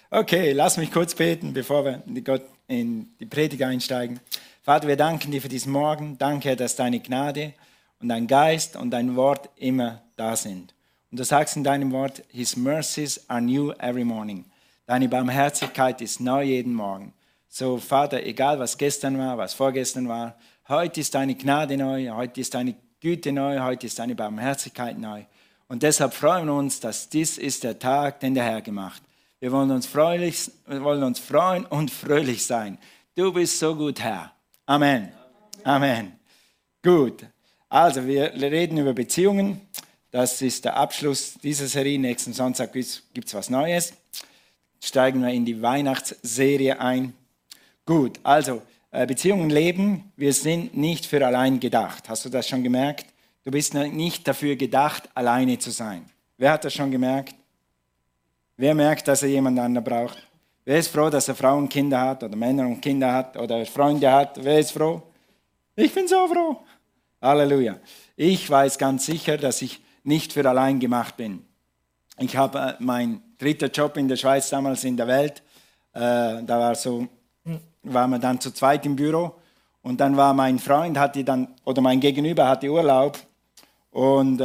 Okay, lass mich kurz beten, bevor wir in die Predigt einsteigen. Vater, wir danken dir für diesen Morgen. Danke, dass deine Gnade und dein Geist und dein Wort immer da sind. Und du sagst in deinem Wort, His mercies are new every morning. Deine Barmherzigkeit ist neu jeden Morgen. So, Vater, egal was gestern war, was vorgestern war, heute ist deine Gnade neu, heute ist deine Güte neu, heute ist deine Barmherzigkeit neu. Und deshalb freuen wir uns, dass dies ist der Tag, den der Herr gemacht. Wir wollen uns freuen und fröhlich sein. Du bist so gut, Herr. Amen. Amen. Gut. Also, wir reden über Beziehungen. Das ist der Abschluss dieser Serie. Nächsten Sonntag gibt es was Neues. Steigen wir in die Weihnachtsserie ein. Gut, also Beziehungen leben. Wir sind nicht für allein gedacht. Hast du das schon gemerkt? Du bist nicht dafür gedacht, alleine zu sein. Wer hat das schon gemerkt? Wer merkt, dass er jemand anderen braucht? Wer ist froh, dass er Frauen und Kinder hat oder Männer und Kinder hat oder Freunde hat? Wer ist froh? Ich bin so froh. Halleluja. Ich weiß ganz sicher, dass ich nicht für allein gemacht bin. Ich habe mein dritter Job in der Schweiz damals in der Welt. Da waren wir dann zu zweit im Büro. Und dann war mein Freund, mein Gegenüber hatte Urlaub. Und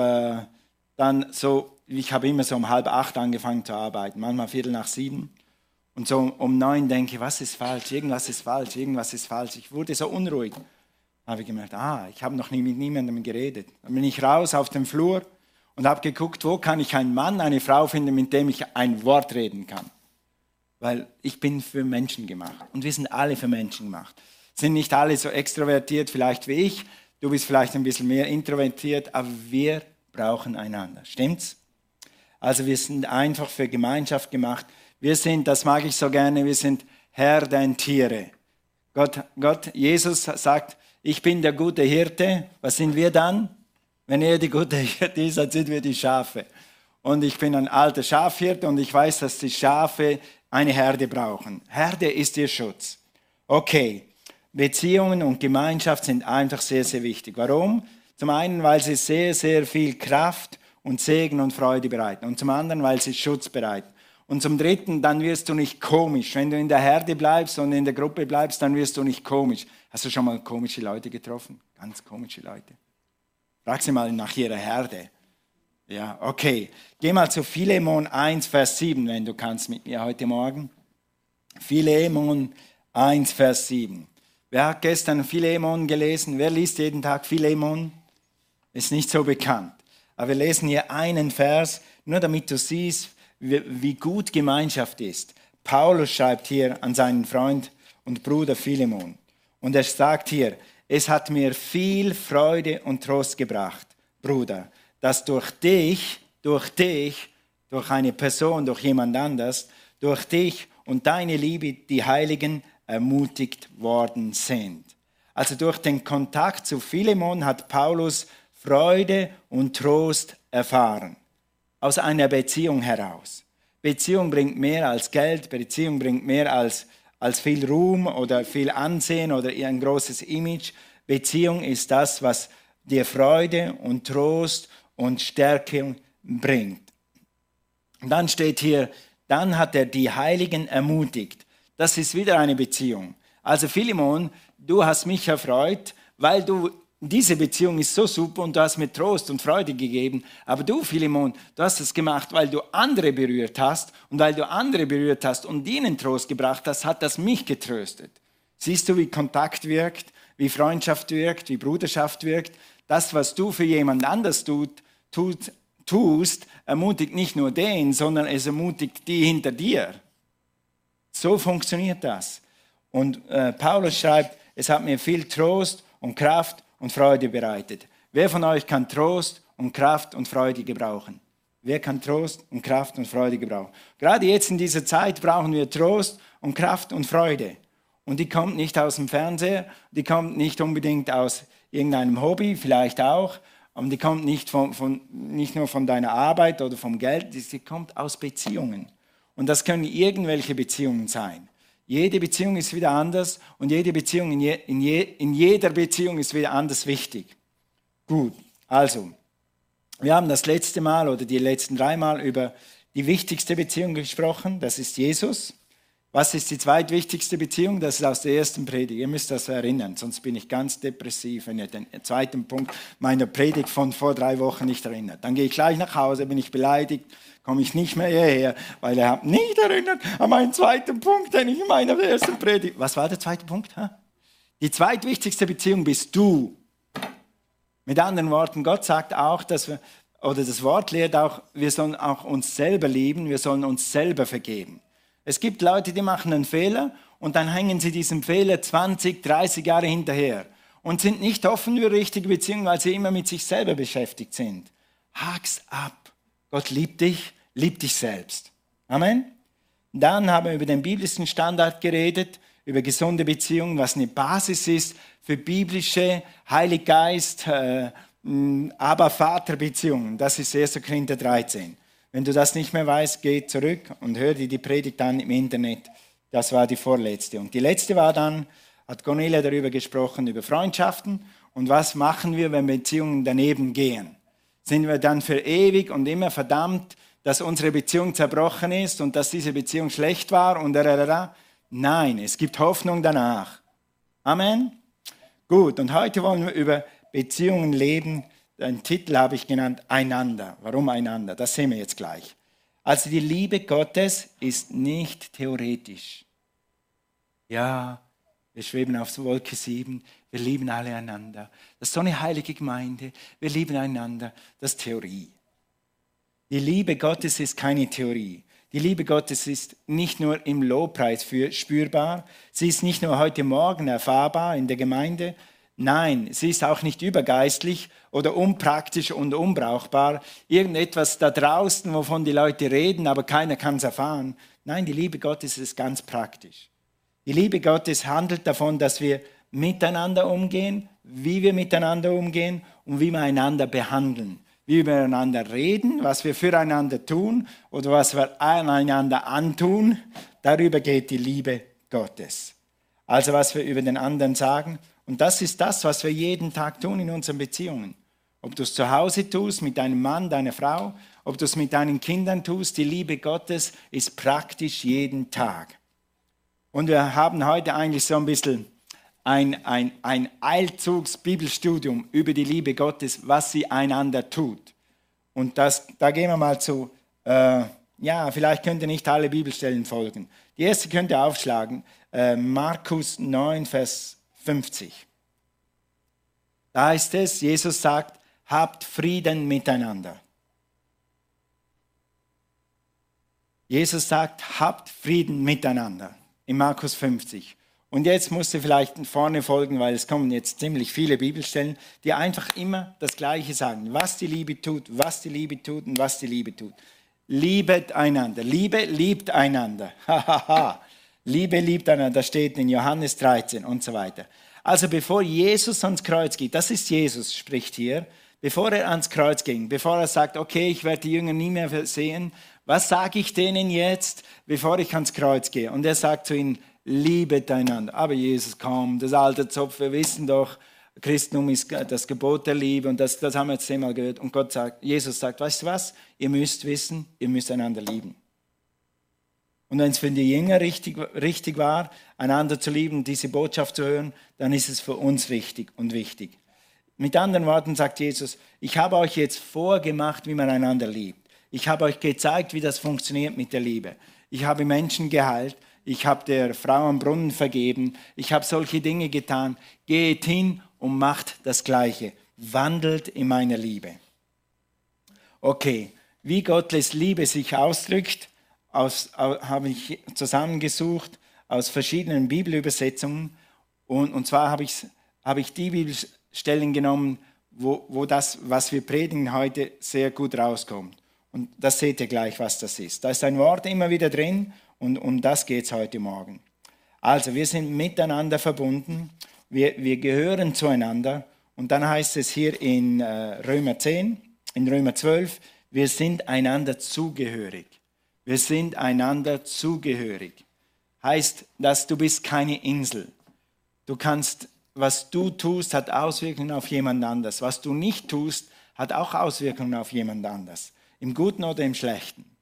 ich habe immer so um 7:30 angefangen zu arbeiten, manchmal 7:15. Und so um 9 denke ich, was ist falsch? Irgendwas ist falsch, irgendwas ist falsch. Ich wurde so unruhig. Dann habe ich gemerkt, ich habe noch nie mit niemandem geredet. Dann bin ich raus auf den Flur und habe geguckt, wo kann ich einen Mann, eine Frau finden, mit dem ich ein Wort reden kann. Weil ich bin für Menschen gemacht und wir sind alle für Menschen gemacht. Sind nicht alle so extrovertiert, vielleicht wie ich. Du bist vielleicht ein bisschen mehr introvertiert, aber wir brauchen einander. Stimmt's? Also wir sind einfach für Gemeinschaft gemacht. Wir sind, das mag ich so gerne, wir sind Herdentiere. Jesus sagt, ich bin der gute Hirte. Was sind wir dann? Wenn er die gute Hirte ist, dann sind wir die Schafe. Und ich bin ein alter Schafhirte und ich weiß, dass die Schafe eine Herde brauchen. Herde ist ihr Schutz. Okay, Beziehungen und Gemeinschaft sind einfach sehr, sehr wichtig. Warum? Zum einen, weil sie sehr, sehr viel Kraft und Segen und Freude bereiten. Und zum anderen, weil sie Schutz bereiten. Und zum dritten, dann wirst du nicht komisch. Wenn du in der Herde bleibst und in der Gruppe bleibst, dann wirst du nicht komisch. Hast du schon mal komische Leute getroffen? Ganz komische Leute. Frag sie mal nach ihrer Herde. Ja, okay. Geh mal zu Philemon 1, Vers 7, wenn du kannst mit mir heute Morgen. Philemon 1, Vers 7. Wer hat gestern Philemon gelesen? Wer liest jeden Tag Philemon? Ist nicht so bekannt. Aber wir lesen hier einen Vers, nur damit du siehst, wie gut Gemeinschaft ist. Paulus schreibt hier an seinen Freund und Bruder Philemon. Und er sagt hier, es hat mir viel Freude und Trost gebracht, Bruder, dass durch eine Person, durch jemand anders, durch dich und deine Liebe die Heiligen ermutigt worden sind. Also durch den Kontakt zu Philemon hat Paulus Freude und Trost erfahren. Aus einer Beziehung heraus. Beziehung bringt mehr als Geld, Beziehung bringt mehr als viel Ruhm oder viel Ansehen oder ein großes Image. Beziehung ist das, was dir Freude und Trost und Stärke bringt. Und dann steht hier, dann hat er die Heiligen ermutigt. Das ist wieder eine Beziehung. Also Philemon, du hast mich erfreut, weil diese Beziehung ist so super und du hast mir Trost und Freude gegeben. Aber du, Philemon, du hast es gemacht, weil du andere berührt hast. Und weil du andere berührt hast und ihnen Trost gebracht hast, hat das mich getröstet. Siehst du, wie Kontakt wirkt, wie Freundschaft wirkt, wie Bruderschaft wirkt? Das, was du für jemand anders tust, ermutigt nicht nur den, sondern es ermutigt die hinter dir. So funktioniert das. Und Paulus schreibt, es hat mir viel Trost und Kraft und Freude bereitet. Wer von euch kann Trost und Kraft und Freude gebrauchen? Wer kann Trost und Kraft und Freude gebrauchen? Gerade jetzt in dieser Zeit brauchen wir Trost und Kraft und Freude. Und die kommt nicht aus dem Fernseher, die kommt nicht unbedingt aus irgendeinem Hobby, vielleicht auch, aber die kommt nicht nur von deiner Arbeit oder vom Geld, sie kommt aus Beziehungen. Und das können irgendwelche Beziehungen sein. Jede Beziehung ist wieder anders und jede Beziehung in jeder Beziehung ist wieder anders wichtig. Gut, also, wir haben das letzte Mal oder die letzten 3 Mal über die wichtigste Beziehung gesprochen, das ist Jesus. Was ist die zweitwichtigste Beziehung? Das ist aus der ersten Predigt. Ihr müsst das erinnern, sonst bin ich ganz depressiv, wenn ihr den zweiten Punkt meiner Predigt von vor 3 Wochen nicht erinnert. Dann gehe ich gleich nach Hause, bin ich beleidigt, komme ich nicht mehr hierher, weil ihr habt nicht erinnert an meinen zweiten Punkt, den ich in meiner ersten Predigt... Was war der zweite Punkt? Die zweitwichtigste Beziehung bist du. Mit anderen Worten, Gott sagt auch, dass wir, oder das Wort lehrt auch, wir sollen auch uns selber lieben, wir sollen uns selber vergeben. Es gibt Leute, die machen einen Fehler und dann hängen sie diesem Fehler 20, 30 Jahre hinterher und sind nicht offen für richtige Beziehungen, weil sie immer mit sich selber beschäftigt sind. Hak's ab. Gott liebt dich selbst. Amen. Dann haben wir über den biblischen Standard geredet, über gesunde Beziehungen, was eine Basis ist für biblische Heilig Geist, Aber-Vater-Beziehungen. Das ist 1. Korinther 13. Wenn du das nicht mehr weißt, geh zurück und hör dir die Predigt an im Internet. Das war die vorletzte. Und die letzte war dann, hat Cornelia darüber gesprochen, über Freundschaften. Und was machen wir, wenn Beziehungen daneben gehen? Sind wir dann für ewig und immer verdammt, dass unsere Beziehung zerbrochen ist und dass diese Beziehung schlecht war und Nein, es gibt Hoffnung danach. Amen. Gut, und heute wollen wir über Beziehungen leben. Den Titel habe ich genannt, Einander. Warum einander? Das sehen wir jetzt gleich. Also die Liebe Gottes ist nicht theoretisch. Ja, wir schweben auf Wolke 7, wir lieben alle einander. Das ist so eine heilige Gemeinde, wir lieben einander. Das ist Theorie. Die Liebe Gottes ist keine Theorie. Die Liebe Gottes ist nicht nur im Lobpreis spürbar, sie ist nicht nur heute Morgen erfahrbar in der Gemeinde. Nein, sie ist auch nicht übergeistlich oder unpraktisch und unbrauchbar. Irgendetwas da draußen, wovon die Leute reden, aber keiner kann es erfahren. Nein, die Liebe Gottes ist ganz praktisch. Die Liebe Gottes handelt davon, dass wir miteinander umgehen, wie wir miteinander umgehen und wie wir einander behandeln. Wie wir miteinander reden, was wir füreinander tun oder was wir einander antun. Darüber geht die Liebe Gottes. Also was wir über den anderen sagen. Und das ist das, was wir jeden Tag tun in unseren Beziehungen. Ob du es zu Hause tust, mit deinem Mann, deiner Frau, ob du es mit deinen Kindern tust, die Liebe Gottes ist praktisch jeden Tag. Und wir haben heute eigentlich so ein bisschen ein Eilzugs-Bibelstudium über die Liebe Gottes, was sie einander tut. Und da gehen wir mal zu, vielleicht könnt ihr nicht alle Bibelstellen folgen. Die erste könnt ihr aufschlagen, Markus 9, Vers 50. Da heißt es, Jesus sagt, habt Frieden miteinander. Jesus sagt, habt Frieden miteinander. In Markus 50. Und jetzt musst du vielleicht vorne folgen, weil es kommen jetzt ziemlich viele Bibelstellen, die einfach immer das Gleiche sagen. Was die Liebe tut, was die Liebe tut und was die Liebe tut. Liebet einander. Liebe liebt einander. Liebe liebt einander. Das steht in Johannes 13 und so weiter. Also bevor Jesus ans Kreuz geht, das ist Jesus, spricht hier, bevor er ans Kreuz ging, bevor er sagt, okay, ich werde die Jünger nie mehr sehen, was sage ich denen jetzt, bevor ich ans Kreuz gehe? Und er sagt zu ihnen, liebet einander. Aber Jesus, komm, das alte Zopf, wir wissen doch, Christentum ist das Gebot der Liebe und das haben wir jetzt einmal gehört. Und Jesus sagt, weißt du was, ihr müsst wissen, ihr müsst einander lieben. Und wenn es für die Jünger richtig war, einander zu lieben, diese Botschaft zu hören, dann ist es für uns richtig und wichtig. Mit anderen Worten sagt Jesus, ich habe euch jetzt vorgemacht, wie man einander liebt. Ich habe euch gezeigt, wie das funktioniert mit der Liebe. Ich habe Menschen geheilt. Ich habe der Frau am Brunnen vergeben. Ich habe solche Dinge getan. Geht hin und macht das Gleiche. Wandelt in meiner Liebe. Okay, wie Gottes Liebe sich ausdrückt, habe ich zusammengesucht aus verschiedenen Bibelübersetzungen. Und zwar habe ich die Bibelstellen genommen, wo das, was wir predigen heute, sehr gut rauskommt. Und das seht ihr gleich, was das ist. Da ist ein Wort immer wieder drin und um das geht es heute Morgen. Also wir sind miteinander verbunden, wir gehören zueinander und dann heißt es hier in Römer 10, in Römer 12, wir sind einander zugehörig. Wir sind einander zugehörig. Heißt, dass du bist keine Insel. Du kannst, was du tust, hat Auswirkungen auf jemand anders. Was du nicht tust, hat auch Auswirkungen auf jemand anders. Im Guten oder im Schlechten.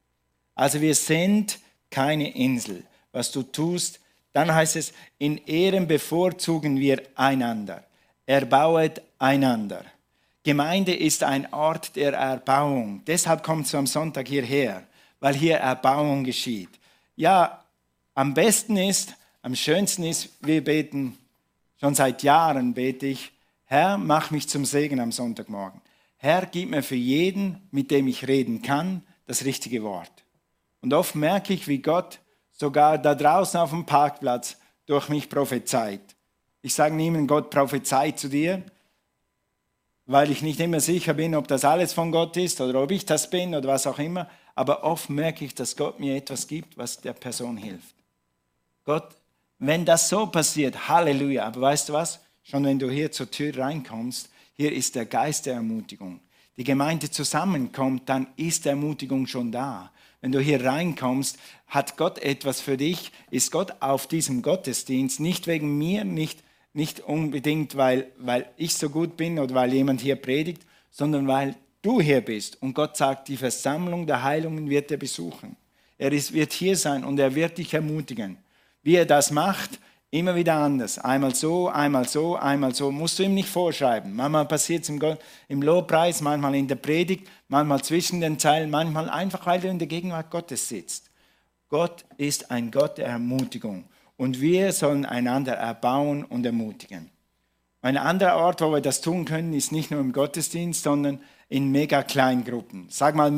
Also wir sind keine Insel. Was du tust, dann heißt es, in Ehren bevorzugen wir einander. Erbauet einander. Gemeinde ist ein Ort der Erbauung. Deshalb kommst du am Sonntag hierher, weil hier Erbauung geschieht. Ja, am besten ist, am schönsten ist, wir beten, schon seit Jahren bete ich, Herr, mach mich zum Segen am Sonntagmorgen. Herr, gib mir für jeden, mit dem ich reden kann, das richtige Wort. Und oft merke ich, wie Gott sogar da draußen auf dem Parkplatz durch mich prophezeit. Ich sage niemandem, Gott prophezeit zu dir, weil ich nicht immer sicher bin, ob das alles von Gott ist oder ob ich das bin oder was auch immer. Aber oft merke ich, dass Gott mir etwas gibt, was der Person hilft. Gott, wenn das so passiert, Halleluja. Aber weißt du was? Schon wenn du hier zur Tür reinkommst, hier ist der Geist der Ermutigung. Die Gemeinde zusammenkommt, dann ist Ermutigung schon da. Wenn du hier reinkommst, hat Gott etwas für dich, ist Gott auf diesem Gottesdienst, nicht wegen mir, nicht unbedingt, weil ich so gut bin oder weil jemand hier predigt, sondern weil du hier bist. Und Gott sagt, die Versammlung der Heilungen wird er besuchen. Wird hier sein und er wird dich ermutigen. Wie er das macht, immer wieder anders. Einmal so, einmal so, einmal so. Musst du ihm nicht vorschreiben. Manchmal passiert es im Lobpreis, manchmal in der Predigt, manchmal zwischen den Zeilen, manchmal einfach, weil du in der Gegenwart Gottes sitzt. Gott ist ein Gott der Ermutigung. Und wir sollen einander erbauen und ermutigen. Ein anderer Ort, wo wir das tun können, ist nicht nur im Gottesdienst, sondern in Mega-Kleingruppen. Sag mal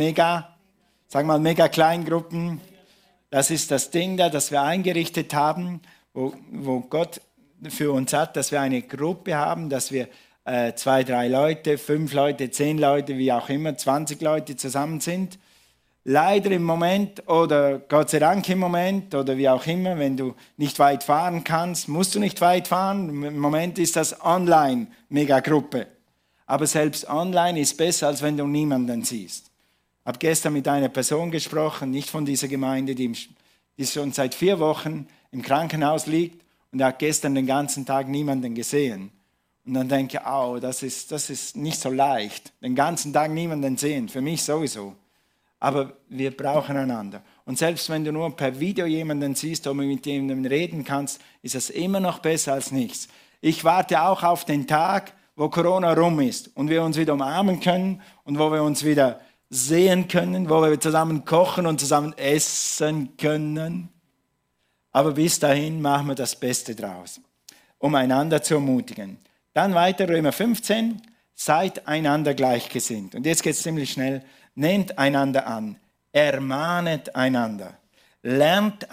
Mega-Kleingruppen. Das ist das Ding da, das wir eingerichtet haben, wo Gott für uns hat, dass wir eine Gruppe haben, dass wir 2, 3 Leute, 5 Leute, 10 Leute, wie auch immer, 20 Leute zusammen sind. Leider im Moment oder Gott sei Dank im Moment oder wie auch immer, wenn du nicht weit fahren kannst, musst du nicht weit fahren. Im Moment ist das Online-Megagruppe. Aber selbst online ist besser, als wenn du niemanden siehst. Ich habe gestern mit einer Person gesprochen, nicht von dieser Gemeinde, die schon seit 4 Wochen im Krankenhaus liegt und er hat gestern den ganzen Tag niemanden gesehen. Und dann denke ich, oh, das ist nicht so leicht, den ganzen Tag niemanden sehen, für mich sowieso. Aber wir brauchen einander. Und selbst wenn du nur per Video jemanden siehst oder mit jemandem reden kannst, ist das immer noch besser als nichts. Ich warte auch auf den Tag, wo Corona rum ist und wir uns wieder umarmen können und wo wir uns wieder sehen können, wo wir zusammen kochen und zusammen essen können. Aber bis dahin machen wir das Beste draus, um einander zu ermutigen. Dann weiter Römer 15, seid einander gleichgesinnt. Und jetzt geht es ziemlich schnell. Nehmt einander an, ermahnet einander, lernt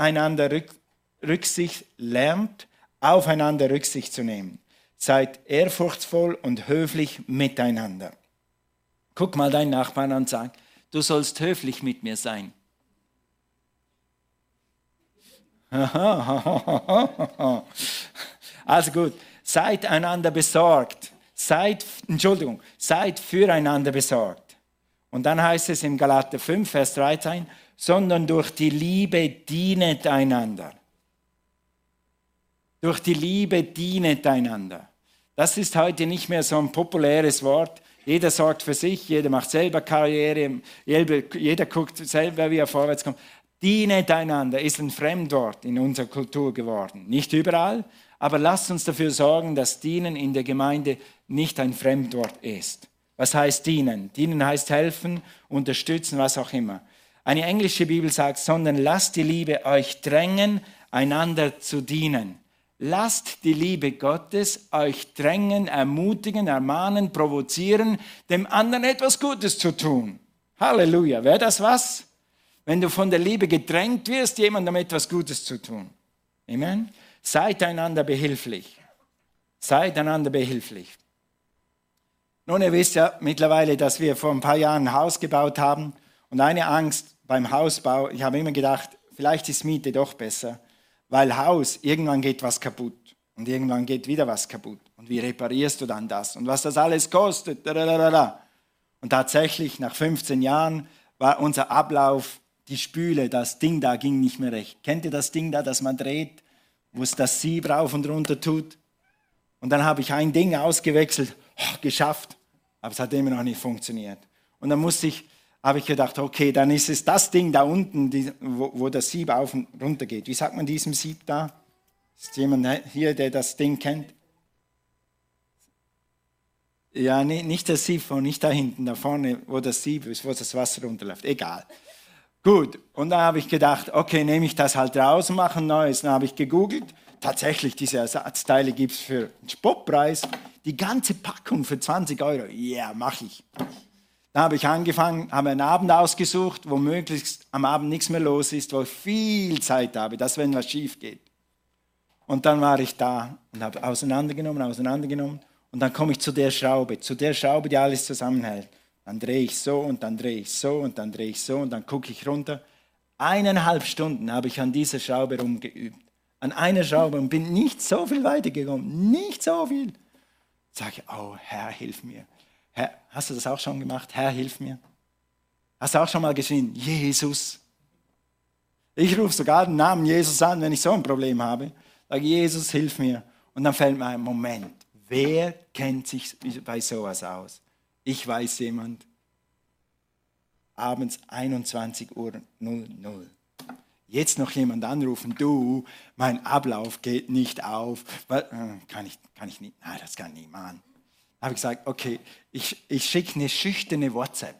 aufeinander Rücksicht zu nehmen. Seid ehrfurchtsvoll und höflich miteinander. Guck mal deinen Nachbarn an und sag, du sollst höflich mit mir sein. Also gut, seid einander besorgt. Seid füreinander besorgt. Und dann heißt es im Galater 5, Vers 13, sondern durch die Liebe dienet einander. Durch die Liebe dienet einander. Das ist heute nicht mehr so ein populäres Wort. Jeder sorgt für sich, jeder macht selber Karriere, jeder guckt selber, wie er vorwärts kommt. Dienet einander ist ein Fremdwort in unserer Kultur geworden. Nicht überall, aber lasst uns dafür sorgen, dass Dienen in der Gemeinde nicht ein Fremdwort ist. Was heißt dienen? Dienen heißt helfen, unterstützen, was auch immer. Eine englische Bibel sagt, sondern lasst die Liebe euch drängen, einander zu dienen. Lasst die Liebe Gottes euch drängen, ermutigen, ermahnen, provozieren, dem anderen etwas Gutes zu tun. Halleluja. Wäre das was? Wenn du von der Liebe gedrängt wirst, jemandem etwas Gutes zu tun. Amen. Seid einander behilflich. Seid einander behilflich. Nun, ihr wisst ja mittlerweile, dass wir vor ein paar Jahren ein Haus gebaut haben. Und eine Angst beim Hausbau, ich habe immer gedacht, vielleicht ist Miete doch besser. Weil Haus, irgendwann geht was kaputt. Und irgendwann geht wieder was kaputt. Und wie reparierst du dann das? Und was das alles kostet. Und tatsächlich, nach 15 Jahren war unser Ablauf, die Spüle, das Ding da ging nicht mehr recht. Kennt ihr das Ding da, das man dreht, wo es das Sieb rauf und runter tut? Und dann habe ich ein Ding ausgewechselt, geschafft, aber es hat immer noch nicht funktioniert. Und dann musste ich habe ich gedacht, okay, dann ist es das Ding da unten, wo das Sieb auf und runter geht. Wie sagt man diesem Sieb da? Ist jemand hier, der das Ding kennt? Ja, nicht das Sieb, nicht da hinten, da vorne, wo das Sieb ist, wo das Wasser runterläuft. Egal. Gut, und dann habe ich gedacht, okay, nehme ich das halt raus und mache ein neues. Dann habe ich gegoogelt. Tatsächlich, diese Ersatzteile gibt es für einen Spottpreis. Die ganze Packung für 20 €. Ja, mache ich. Dann habe ich angefangen, habe einen Abend ausgesucht, wo möglichst am Abend nichts mehr los ist, wo ich viel Zeit habe, dass wenn was schief geht. Und dann war ich da und habe auseinandergenommen. Und dann komme ich zu der Schraube, die alles zusammenhält. Dann drehe ich so und dann drehe ich so und dann drehe ich so und dann gucke ich runter. 1,5 Stunden habe ich an dieser Schraube rumgeübt. An einer Schraube und bin nicht so viel weitergekommen. Nicht so viel. Sage ich, oh Herr, hilf mir. Herr, hast du das auch schon gemacht? Herr, hilf mir. Hast du auch schon mal geschrien, Jesus? Ich rufe sogar den Namen Jesus an, wenn ich so ein Problem habe. Sage, Jesus, hilf mir. Und dann fällt mir ein Moment. Wer kennt sich bei sowas aus? Ich weiß jemand. Abends 21:00. Jetzt noch jemand anrufen, du, mein Ablauf geht nicht auf. Kann ich nicht, nein, das kann ich nicht machen. Habe ich gesagt, okay, ich schicke eine schüchterne WhatsApp.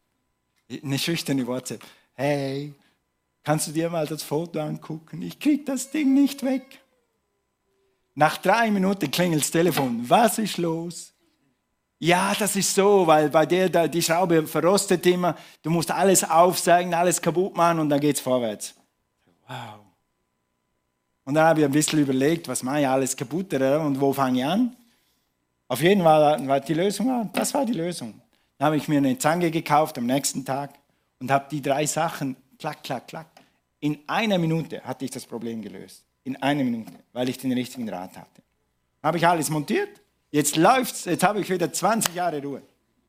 Hey, kannst du dir mal das Foto angucken? Ich kriege das Ding nicht weg. Nach 3 Minuten klingelt das Telefon. Was ist los? Ja, das ist so, weil bei der die Schraube verrostet immer. Du musst alles aufsägen, alles kaputt machen und dann geht es vorwärts. Wow. Und dann habe ich ein bisschen überlegt, was mache ich alles kaputt und wo fange ich an? Auf jeden Fall war die Lösung, das war die Lösung. Dann habe ich mir eine Zange gekauft am nächsten Tag und habe die 3 Sachen, klack, klack, klack. In 1 Minute hatte ich das Problem gelöst. In 1 Minute, weil ich den richtigen Draht hatte. Habe ich alles montiert, jetzt läuft's, jetzt habe ich wieder 20 Jahre Ruhe.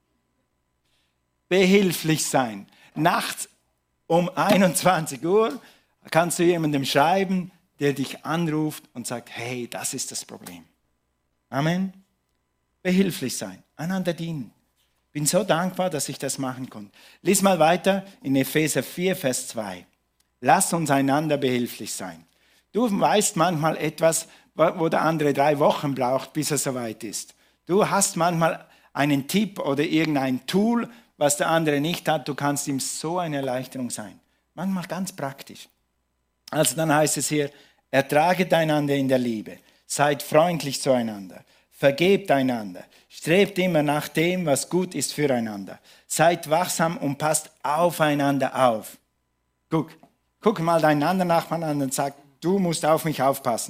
Behilflich sein. Nachts um 21 Uhr kannst du jemandem schreiben, der dich anruft und sagt, hey, das ist das Problem. Amen. Behilflich sein, einander dienen. Bin so dankbar, dass ich das machen konnte. Lies mal weiter in Epheser 4, Vers 2. Lass uns einander behilflich sein. Du weißt manchmal etwas, wo der andere 3 Wochen braucht, bis er soweit ist. Du hast manchmal einen Tipp oder irgendein Tool, was der andere nicht hat. Du kannst ihm so eine Erleichterung sein. Manchmal ganz praktisch. Also dann heißt es hier, ertraget einander in der Liebe. Seid freundlich zueinander. Vergebt einander. Strebt immer nach dem, was gut ist füreinander. Seid wachsam und passt aufeinander auf. Guck mal deinen anderen Nachbarn an und sag, du musst auf mich aufpassen.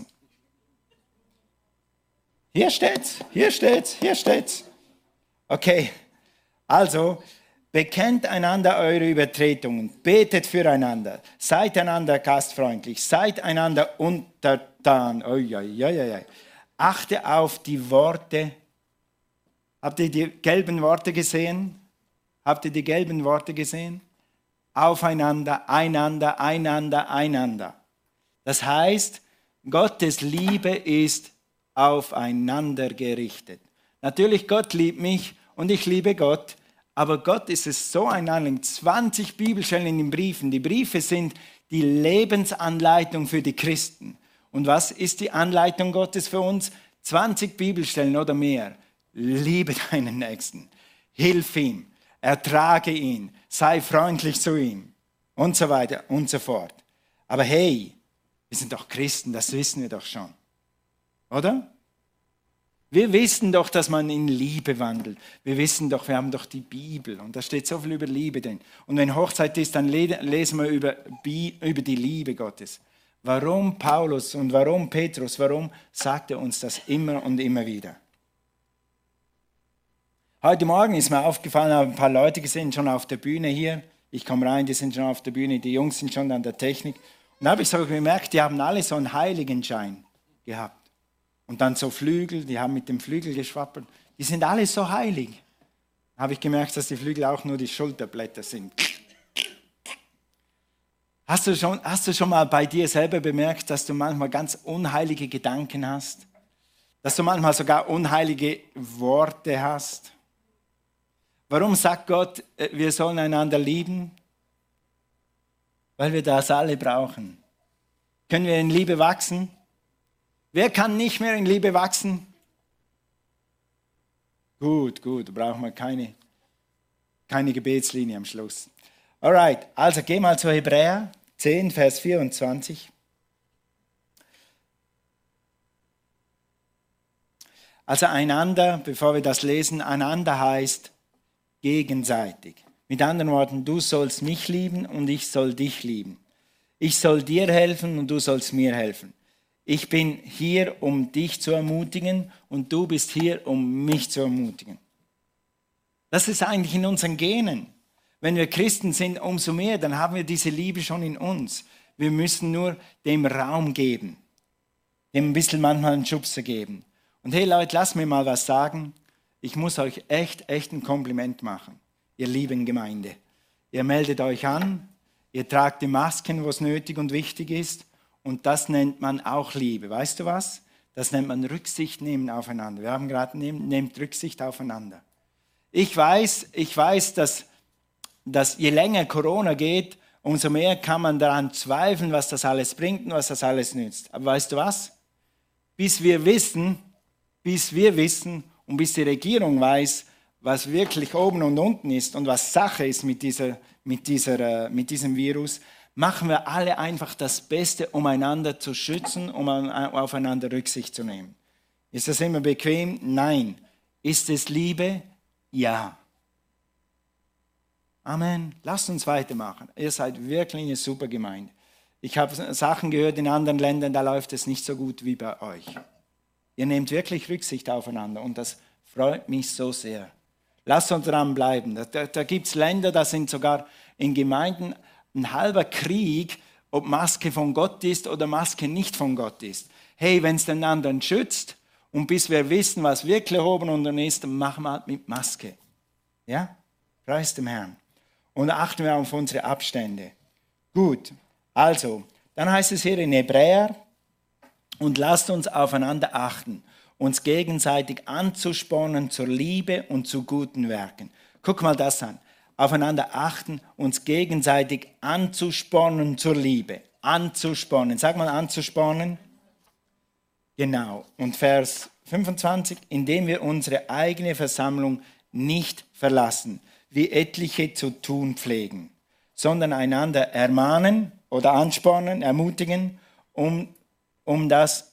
Hier steht's. Okay, also bekennt einander eure Übertretungen, betet füreinander, seid einander gastfreundlich, seid einander untertan. Achte auf die Worte. Habt ihr die gelben Worte gesehen? Aufeinander, einander. Das heißt, Gottes Liebe ist aufeinander gerichtet. Natürlich, Gott liebt mich und ich liebe Gott, aber Gott ist es so ein Anliegen. 20 Bibelstellen in den Briefen. Die Briefe sind die Lebensanleitung für die Christen. Und was ist die Anleitung Gottes für uns? 20 Bibelstellen oder mehr. Liebe deinen Nächsten, hilf ihm, ertrage ihn, sei freundlich zu ihm und so weiter und so fort. Aber hey, wir sind doch Christen, das wissen wir doch schon, oder? Wir wissen doch, dass man in Liebe wandelt. Wir wissen doch, wir haben doch die Bibel und da steht so viel über Liebe drin. Und wenn Hochzeit ist, dann lesen wir über die Liebe Gottes. Warum Paulus und warum Petrus, warum sagt er uns das immer und immer wieder? Heute Morgen ist mir aufgefallen, ich habe ein paar Leute gesehen, schon auf der Bühne hier. Ich komme rein, die sind schon auf der Bühne, die Jungs sind schon an der Technik. Und da habe ich so gemerkt, die haben alle so einen Heiligenschein gehabt. Und dann so Flügel, die haben mit dem Flügel geschwappert. Die sind alle so heilig. Da habe ich gemerkt, dass die Flügel auch nur die Schulterblätter sind. Hast du schon mal bei dir selber bemerkt, dass du manchmal ganz unheilige Gedanken hast? Dass du manchmal sogar unheilige Worte hast? Warum sagt Gott, wir sollen einander lieben? Weil wir das alle brauchen. Können wir in Liebe wachsen? Wer kann nicht mehr in Liebe wachsen? Gut, da brauchen wir keine Gebetslinie am Schluss. Alright, also geh mal zu Hebräer 10, Vers 24. Also einander, bevor wir das lesen, einander heißt gegenseitig. Mit anderen Worten, du sollst mich lieben und ich soll dich lieben. Ich soll dir helfen und du sollst mir helfen. Ich bin hier, um dich zu ermutigen und du bist hier, um mich zu ermutigen. Das ist eigentlich in unseren Genen. Wenn wir Christen sind, umso mehr, dann haben wir diese Liebe schon in uns. Wir müssen nur dem Raum geben, dem ein bisschen manchmal einen Schubser geben. Und hey Leute, lasst mir mal was sagen. Ich muss euch echt ein Kompliment machen, ihr lieben Gemeinde. Ihr meldet euch an, ihr tragt die Masken, wo es nötig und wichtig ist. Und das nennt man auch Liebe. Weißt du was? Das nennt man Rücksicht nehmen aufeinander. Wir haben gerade, nehmt Rücksicht aufeinander. Ich weiß, dass je länger Corona geht, umso mehr kann man daran zweifeln, was das alles bringt und was das alles nützt. Aber weißt du was? Bis wir wissen und bis die Regierung weiß, was wirklich oben und unten ist und was Sache ist mit diesem Virus, machen wir alle einfach das Beste, um einander zu schützen, um aufeinander Rücksicht zu nehmen. Ist das immer bequem? Nein. Ist es Liebe? Ja. Amen. Lasst uns weitermachen. Ihr seid wirklich eine super Gemeinde. Ich habe Sachen gehört in anderen Ländern, da läuft es nicht so gut wie bei euch. Ihr nehmt wirklich Rücksicht aufeinander und das freut mich so sehr. Lasst uns dran bleiben. Da gibt es Länder, da sind sogar in Gemeinden ein halber Krieg, ob Maske von Gott ist oder Maske nicht von Gott ist. Hey, wenn es den anderen schützt und bis wir wissen, was wirklich oben und unten ist, dann machen wir halt mit Maske. Ja? Preis dem Herrn. Und achten wir auf unsere Abstände. Gut, also, dann heißt es hier in Hebräer, und lasst uns aufeinander achten, uns gegenseitig anzuspornen zur Liebe und zu guten Werken. Guck mal das an. Aufeinander achten, uns gegenseitig anzuspornen zur Liebe. Anzuspornen. Sag mal anzuspornen. Genau. Und Vers 25, indem wir unsere eigene Versammlung nicht verlassen, wie etliche zu tun pflegen, sondern einander ermahnen oder anspornen, ermutigen, und das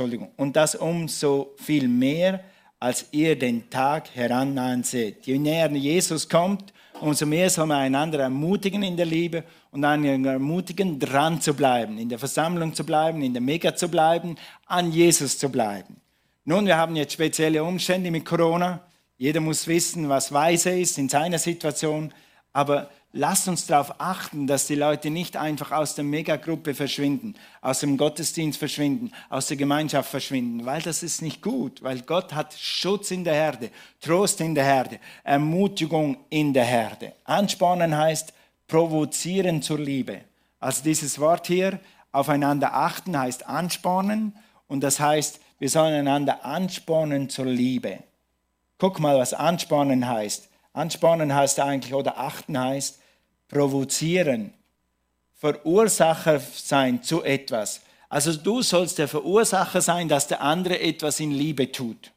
umso viel mehr, als ihr den Tag herannahen seht. Je näher Jesus kommt, umso mehr soll man einander ermutigen in der Liebe und einander ermutigen, dran zu bleiben, in der Versammlung zu bleiben, in der Mega zu bleiben, an Jesus zu bleiben. Nun, wir haben jetzt spezielle Umstände mit Corona. Jeder muss wissen, was weise ist in seiner Situation, aber lasst uns darauf achten, dass die Leute nicht einfach aus der Megagruppe verschwinden, aus dem Gottesdienst verschwinden, aus der Gemeinschaft verschwinden, weil das ist nicht gut, weil Gott hat Schutz in der Herde, Trost in der Herde, Ermutigung in der Herde. Anspornen heißt provozieren zur Liebe. Also dieses Wort hier, aufeinander achten, heißt anspornen und das heißt, wir sollen einander anspornen zur Liebe. Guck mal, was anspornen heißt. Anspornen heißt eigentlich, oder achten heißt, provozieren, Verursacher sein zu etwas. Also du sollst der Verursacher sein, dass der andere etwas in Liebe tut.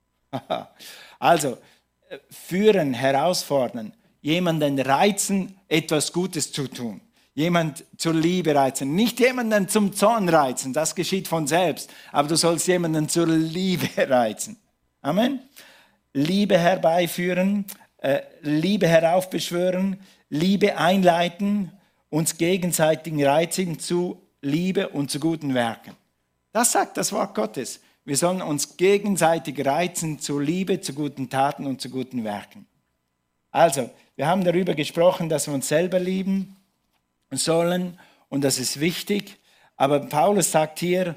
Also führen, herausfordern, jemanden reizen, etwas Gutes zu tun. Jemand zur Liebe reizen, nicht jemanden zum Zorn reizen, das geschieht von selbst, aber du sollst jemanden zur Liebe reizen. Amen. Liebe herbeiführen, Liebe heraufbeschwören, Liebe einleiten, uns gegenseitig reizen zu Liebe und zu guten Werken. Das sagt das Wort Gottes. Wir sollen uns gegenseitig reizen zu Liebe, zu guten Taten und zu guten Werken. Also, wir haben darüber gesprochen, dass wir uns selber lieben sollen und das ist wichtig. Aber Paulus sagt hier,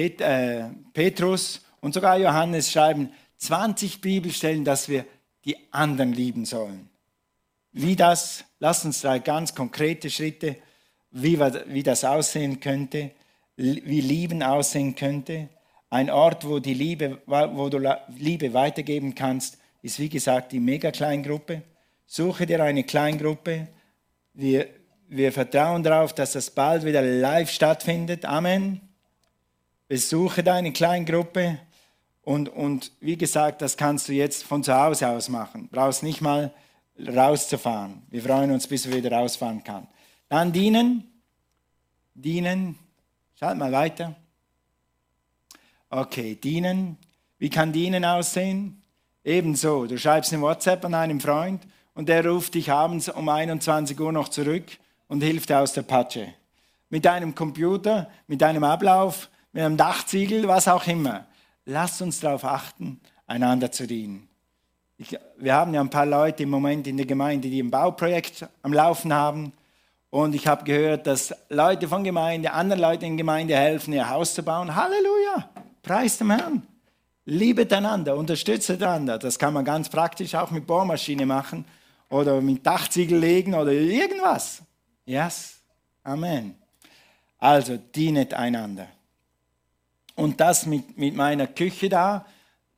Petrus und sogar Johannes schreiben 20 Bibelstellen, dass wir die anderen lieben sollen. Wie das, lasst uns 3 ganz konkrete Schritte, wie das aussehen könnte, wie Lieben aussehen könnte. Ein Ort, wo du Liebe weitergeben kannst, ist wie gesagt die Mega-Kleingruppe. Suche dir eine Kleingruppe. Wir vertrauen darauf, dass das bald wieder live stattfindet. Amen. Besuche deine Kleingruppe. Und wie gesagt, das kannst du jetzt von zu Hause aus machen. Brauchst nicht mal rauszufahren. Wir freuen uns, bis wir wieder rausfahren kann. Dann dienen. Dienen. Schalt mal weiter. Okay, dienen. Wie kann dienen aussehen? Ebenso. Du schreibst eine WhatsApp an einen Freund und der ruft dich abends um 21 Uhr noch zurück und hilft dir aus der Patsche. Mit deinem Computer, mit deinem Ablauf, mit einem Dachziegel, was auch immer. Lasst uns darauf achten, einander zu dienen. Wir haben ja ein paar Leute im Moment in der Gemeinde, die ein Bauprojekt am Laufen haben. Und ich habe gehört, dass Leute von Gemeinde, anderen Leuten in der Gemeinde helfen, ihr Haus zu bauen. Halleluja! Preis dem Herrn! Liebet einander, unterstützt einander. Das kann man ganz praktisch auch mit Bohrmaschine machen oder mit Dachziegel legen oder irgendwas. Yes? Amen. Also, dienet einander. Und das mit meiner Küche da,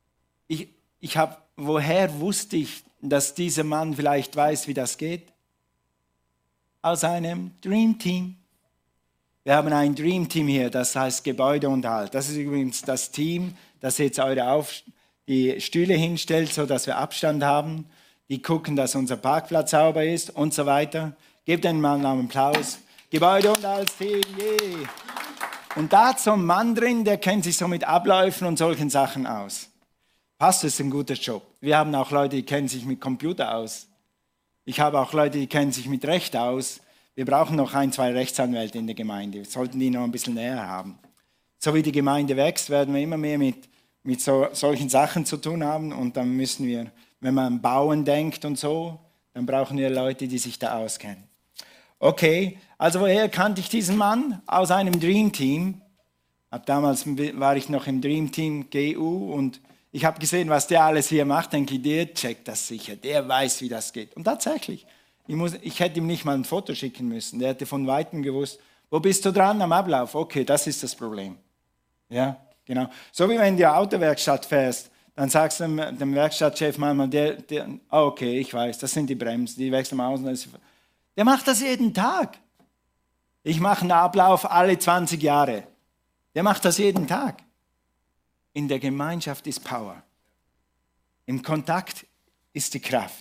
woher wusste ich, dass dieser Mann vielleicht weiß, wie das geht? Aus einem Dream Team. Wir haben ein Dream Team hier, das heißt Gebäudeunterhalt. Das ist übrigens das Team, das jetzt die Stühle hinstellt, sodass wir Abstand haben. Die gucken, dass unser Parkplatz sauber ist und so weiter. Gebt den Mann einen Applaus. Gebäudeunterhaltsteam, yeah. Und da hat so ein Mann drin, der kennt sich so mit Abläufen und solchen Sachen aus. Passt, das ist ein guter Job. Wir haben auch Leute, die kennen sich mit Computer aus. Ich habe auch Leute, die kennen sich mit Recht aus. Wir brauchen noch 1, 2 Rechtsanwälte in der Gemeinde. Wir sollten die noch ein bisschen näher haben. So wie die Gemeinde wächst, werden wir immer mehr mit solchen Sachen zu tun haben. Und dann müssen wir, wenn man an Bauen denkt und so, dann brauchen wir Leute, die sich da auskennen. Okay, also woher kannte ich diesen Mann? Aus einem Dream Team. Damals war ich noch im Dream Team GU und ich habe gesehen, was der alles hier macht. Denke ich, der checkt das sicher, der weiß, wie das geht. Und tatsächlich, ich hätte ihm nicht mal ein Foto schicken müssen. Der hätte von Weitem gewusst, wo bist du dran am Ablauf? Okay, das ist das Problem. Ja, genau. So wie wenn du in die Autowerkstatt fährst, dann sagst du dem Werkstattchef manchmal, okay, ich weiß, das sind die Bremsen, die wechseln wir aus. Der macht das jeden Tag. Ich mache einen Ablauf alle 20 Jahre. Der macht das jeden Tag. In der Gemeinschaft ist Power. Im Kontakt ist die Kraft.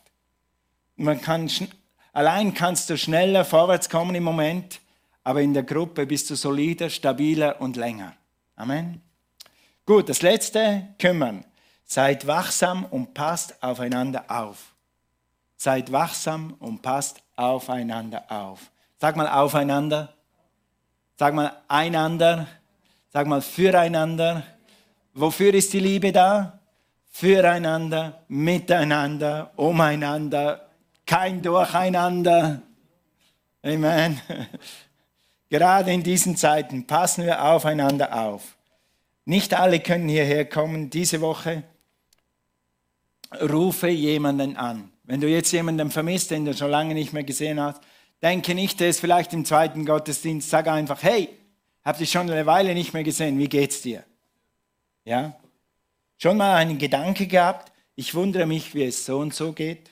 Allein kannst du schneller vorwärts kommen im Moment, aber in der Gruppe bist du solider, stabiler und länger. Amen. Gut, das Letzte, kümmern. Seid wachsam und passt aufeinander auf. Seid wachsam und passt aufeinander auf. Sag mal aufeinander. Sag mal einander. Sag mal füreinander. Wofür ist die Liebe da? Füreinander, miteinander, umeinander, kein Durcheinander. Amen. Gerade in diesen Zeiten passen wir aufeinander auf. Nicht alle können hierher kommen diese Woche. Rufe jemanden an. Wenn du jetzt jemanden vermisst, den du schon lange nicht mehr gesehen hast, denke nicht, der ist vielleicht im zweiten Gottesdienst. Sag einfach, hey, hab dich schon eine Weile nicht mehr gesehen, wie geht's dir? Ja? Schon mal einen Gedanke gehabt, ich wundere mich, wie es so und so geht.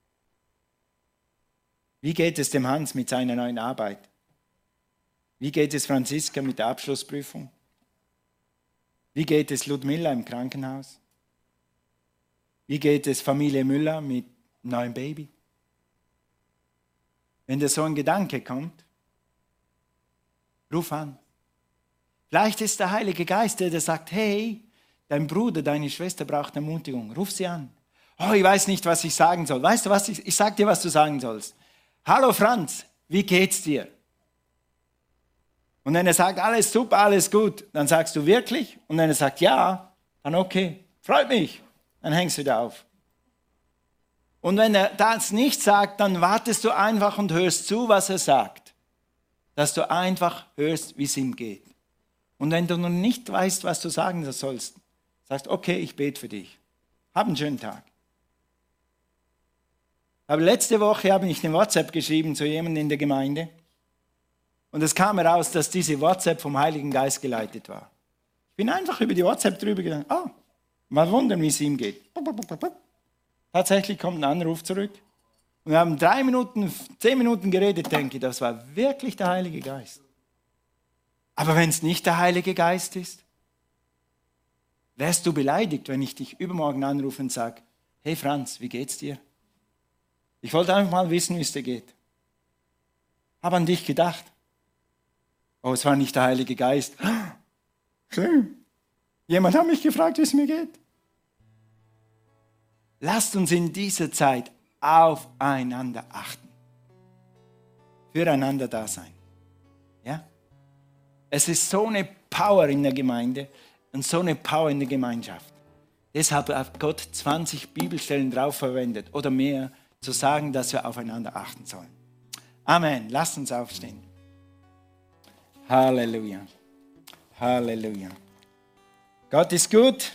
Wie geht es dem Hans mit seiner neuen Arbeit? Wie geht es Franziska mit der Abschlussprüfung? Wie geht es Ludmilla im Krankenhaus? Wie geht es Familie Müller mit einem neuen Baby? Wenn dir so ein Gedanke kommt, ruf an. Vielleicht ist der Heilige Geist, der sagt, hey, dein Bruder, deine Schwester braucht Ermutigung. Ruf sie an. Oh, ich weiß nicht, was ich sagen soll. Weißt du was? Ich sag dir, was du sagen sollst. Hallo Franz, wie geht's dir? Und wenn er sagt, alles super, alles gut, dann sagst du wirklich? Und wenn er sagt, ja, dann okay, freut mich. Dann hängst du wieder auf. Und wenn er das nicht sagt, dann wartest du einfach und hörst zu, was er sagt. Dass du einfach hörst, wie es ihm geht. Und wenn du noch nicht weißt, was du sagen sollst, sagst, okay, ich bete für dich. Hab einen schönen Tag. Aber letzte Woche habe ich eine WhatsApp geschrieben zu jemandem in der Gemeinde. Und es kam heraus, dass diese WhatsApp vom Heiligen Geist geleitet war. Ich bin einfach über die WhatsApp drüber gegangen. Mal wundern, wie es ihm geht. Tatsächlich kommt ein Anruf zurück. Und Und wir haben 3 Minuten, 10 Minuten geredet, denke ich, das war wirklich der Heilige Geist. Aber wenn es nicht der Heilige Geist ist, wärst du beleidigt, wenn ich dich übermorgen anrufe und sage, hey Franz, wie geht's dir? Ich wollte einfach mal wissen, wie es dir geht. Habe an dich gedacht. Oh, es war nicht der Heilige Geist. Schön. Jemand hat mich gefragt, wie es mir geht. Lasst uns in dieser Zeit aufeinander achten. Füreinander da sein. Ja? Es ist so eine Power in der Gemeinde und so eine Power in der Gemeinschaft. Deshalb hat Gott 20 Bibelstellen drauf verwendet oder mehr, zu sagen, dass wir aufeinander achten sollen. Amen. Lasst uns aufstehen. Halleluja. Halleluja. Gott ist gut.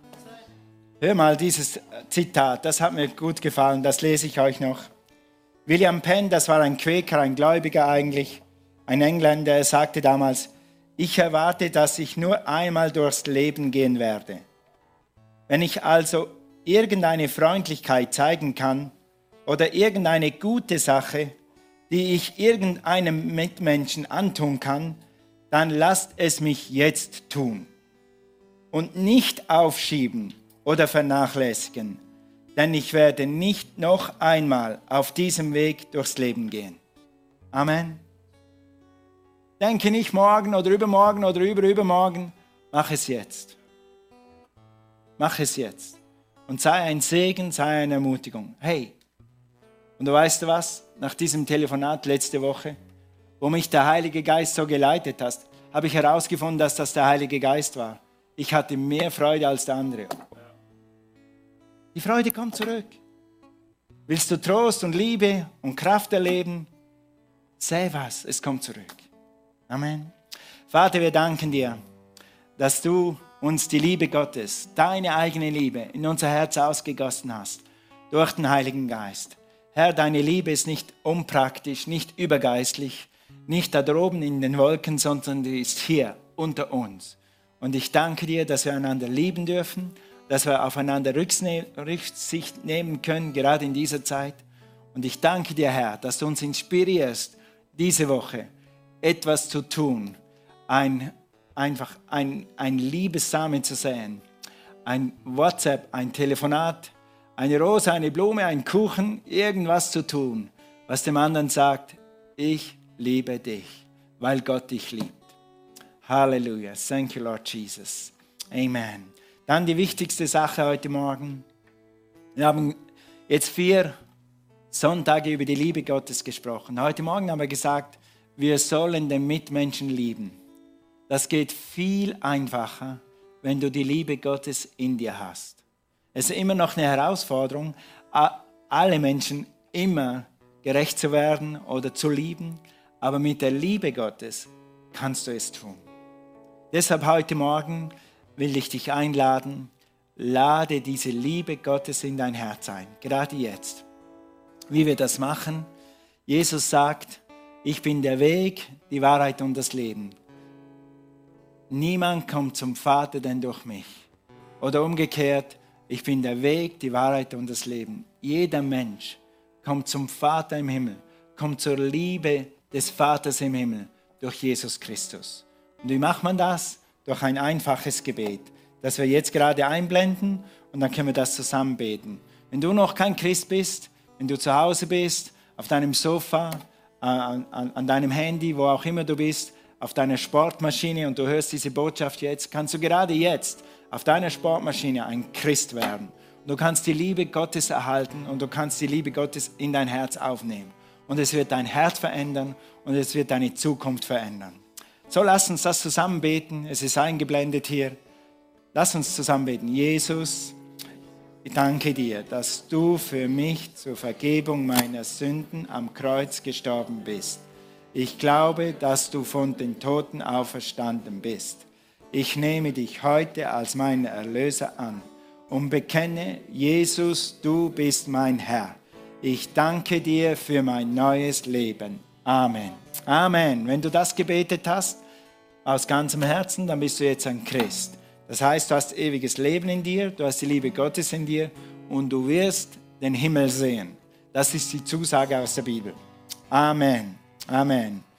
Hör mal dieses Zitat, das hat mir gut gefallen, das lese ich euch noch. William Penn, das war ein Quäker, ein Gläubiger eigentlich, ein Engländer, er sagte damals, ich erwarte, dass ich nur einmal durchs Leben gehen werde. Wenn ich also irgendeine Freundlichkeit zeigen kann oder irgendeine gute Sache, die ich irgendeinem Mitmenschen antun kann, dann lasst es mich jetzt tun und nicht aufschieben oder vernachlässigen, denn ich werde nicht noch einmal auf diesem Weg durchs Leben gehen. Amen. Denke nicht morgen oder übermorgen oder übermorgen, mach es jetzt. Mach es jetzt. Und sei ein Segen, sei eine Ermutigung. Hey, und du weißt was? Nach diesem Telefonat letzte Woche, wo mich der Heilige Geist so geleitet hat, habe ich herausgefunden, dass das der Heilige Geist war. Ich hatte mehr Freude als der andere. Die Freude kommt zurück. Willst du Trost und Liebe und Kraft erleben? Sei was, es kommt zurück. Amen. Vater, wir danken dir, dass du uns die Liebe Gottes, deine eigene Liebe, in unser Herz ausgegossen hast, durch den Heiligen Geist. Herr, deine Liebe ist nicht unpraktisch, nicht übergeistlich, nicht da droben in den Wolken, sondern die ist hier unter uns. Und ich danke dir, dass wir einander lieben dürfen, dass wir aufeinander Rücksicht nehmen können, gerade in dieser Zeit. Und ich danke dir, Herr, dass du uns inspirierst, diese Woche etwas zu tun, einfach ein Liebessamen zu säen, ein WhatsApp, ein Telefonat, eine Rose, eine Blume, ein Kuchen, irgendwas zu tun, was dem anderen sagt, ich liebe dich, weil Gott dich liebt. Halleluja. Thank you, Lord Jesus. Amen. Dann die wichtigste Sache heute Morgen. Wir haben jetzt 4 Sonntage über die Liebe Gottes gesprochen. Heute Morgen haben wir gesagt, wir sollen den Mitmenschen lieben. Das geht viel einfacher, wenn du die Liebe Gottes in dir hast. Es ist immer noch eine Herausforderung, alle Menschen immer gerecht zu werden oder zu lieben, aber mit der Liebe Gottes kannst du es tun. Deshalb heute Morgen will ich dich einladen, lade diese Liebe Gottes in dein Herz ein, gerade jetzt. Wie wir das machen, Jesus sagt, ich bin der Weg, die Wahrheit und das Leben. Niemand kommt zum Vater denn durch mich. Oder umgekehrt, ich bin der Weg, die Wahrheit und das Leben. Jeder Mensch kommt zum Vater im Himmel, kommt zur Liebe des Vaters im Himmel durch Jesus Christus. Und wie macht man das? Durch ein einfaches Gebet, das wir jetzt gerade einblenden und dann können wir das zusammen beten. Wenn du noch kein Christ bist, wenn du zu Hause bist, auf deinem Sofa, an deinem Handy, wo auch immer du bist, auf deiner Sportmaschine und du hörst diese Botschaft jetzt, kannst du gerade jetzt auf deiner Sportmaschine ein Christ werden. Und du kannst die Liebe Gottes erhalten und du kannst die Liebe Gottes in dein Herz aufnehmen. Und es wird dein Herz verändern und es wird deine Zukunft verändern. So, lass uns das zusammen beten. Es ist eingeblendet hier. Lass uns zusammen beten. Jesus, ich danke dir, dass du für mich zur Vergebung meiner Sünden am Kreuz gestorben bist. Ich glaube, dass du von den Toten auferstanden bist. Ich nehme dich heute als meinen Erlöser an und bekenne, Jesus, du bist mein Herr. Ich danke dir für mein neues Leben. Amen. Amen. Wenn du das gebetet hast, aus ganzem Herzen, dann bist du jetzt ein Christ. Das heißt, du hast ewiges Leben in dir, du hast die Liebe Gottes in dir und du wirst den Himmel sehen. Das ist die Zusage aus der Bibel. Amen. Amen.